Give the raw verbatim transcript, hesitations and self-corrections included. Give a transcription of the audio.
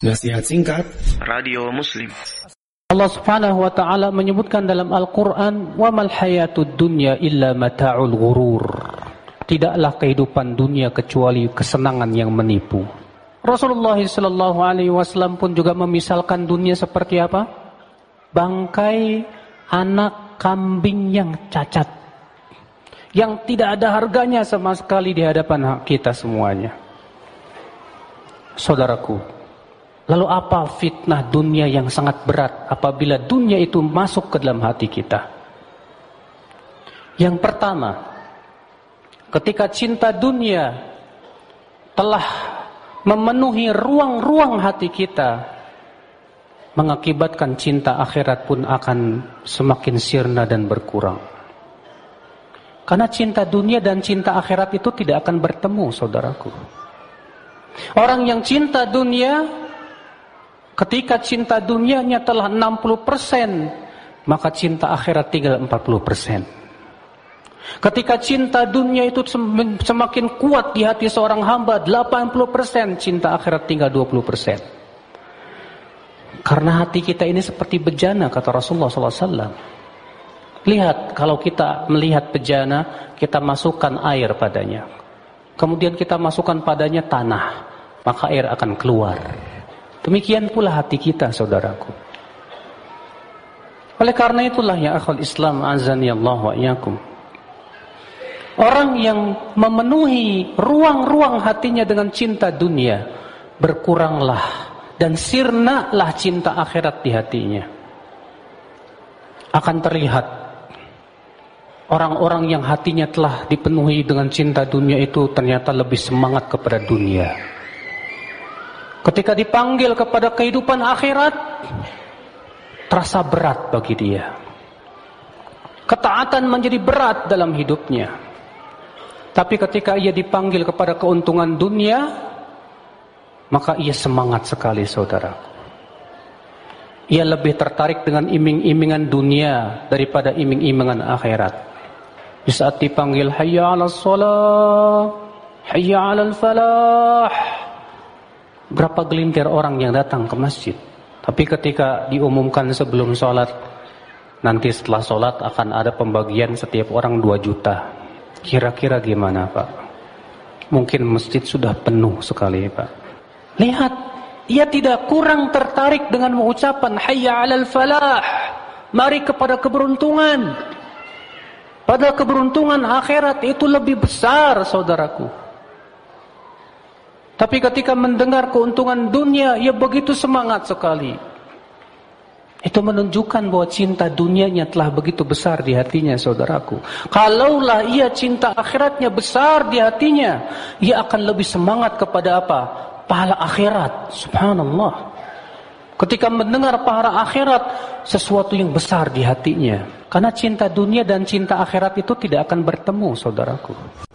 Nasihat singkat Radio Muslim. Allah Subhanahu wa taala menyebutkan dalam Al-Qur'an, "Wa mal hayatud dunya illa mata'ul ghurur." Tidaklah kehidupan dunia kecuali kesenangan yang menipu. Rasulullah sallallahu alaihi wasallam pun juga memisalkan dunia seperti apa? Bangkai anak kambing yang cacat, yang tidak ada harganya sama sekali di hadapan kita semuanya. Saudaraku, lalu apa fitnah dunia yang sangat berat apabila dunia itu masuk ke dalam hati kita? Yang pertama, ketika cinta dunia telah memenuhi ruang-ruang hati kita, mengakibatkan cinta akhirat pun akan semakin sirna dan berkurang. Karena cinta dunia dan cinta akhirat itu tidak akan bertemu, saudaraku. Orang yang cinta dunia, ketika cinta dunianya telah enam puluh persen, maka cinta akhirat tinggal empat puluh persen. Ketika cinta dunia itu semakin kuat di hati seorang hamba, delapan puluh persen, cinta akhirat tinggal dua puluh persen. Karena hati kita ini seperti bejana, kata Rasulullah shallallahu alaihi wasallam. Lihat, kalau kita melihat bejana, kita masukkan air padanya. Kemudian kita masukkan padanya tanah, maka air akan keluar. Demikian pula hati kita, saudaraku. Oleh karena itulah ya akhul Islam, azani Allah wa iyyakum, orang yang memenuhi ruang-ruang hatinya dengan cinta dunia, berkuranglah dan sirnalah cinta akhirat di hatinya. Akan terlihat orang-orang yang hatinya telah dipenuhi dengan cinta dunia itu ternyata lebih semangat kepada dunia. Ketika dipanggil kepada kehidupan akhirat, terasa berat bagi dia. Ketaatan menjadi berat dalam hidupnya. Tapi ketika ia dipanggil kepada keuntungan dunia, maka ia semangat sekali, saudaraku. Ia lebih tertarik dengan iming-imingan dunia daripada iming-imingan akhirat. Di saat dipanggil hayya 'alas shalah, hayya 'alal falah, berapa gelintir orang yang datang ke masjid. Tapi ketika diumumkan sebelum sholat, nanti setelah sholat akan ada pembagian setiap orang dua juta. Kira-kira gimana, Pak? Mungkin masjid sudah penuh sekali, Pak. Lihat, ia tidak kurang tertarik dengan mengucapan hayya 'alal falah, mari kepada keberuntungan. Pada keberuntungan akhirat itu lebih besar, saudaraku. Tapi ketika mendengar keuntungan dunia, ia begitu semangat sekali. Itu menunjukkan bahwa cinta dunianya telah begitu besar di hatinya, saudaraku. Kalaulah ia cinta akhiratnya besar di hatinya, ia akan lebih semangat kepada apa? Pahala akhirat. Subhanallah. Ketika mendengar pahala akhirat, sesuatu yang besar di hatinya. Karena cinta dunia dan cinta akhirat itu tidak akan bertemu, saudaraku.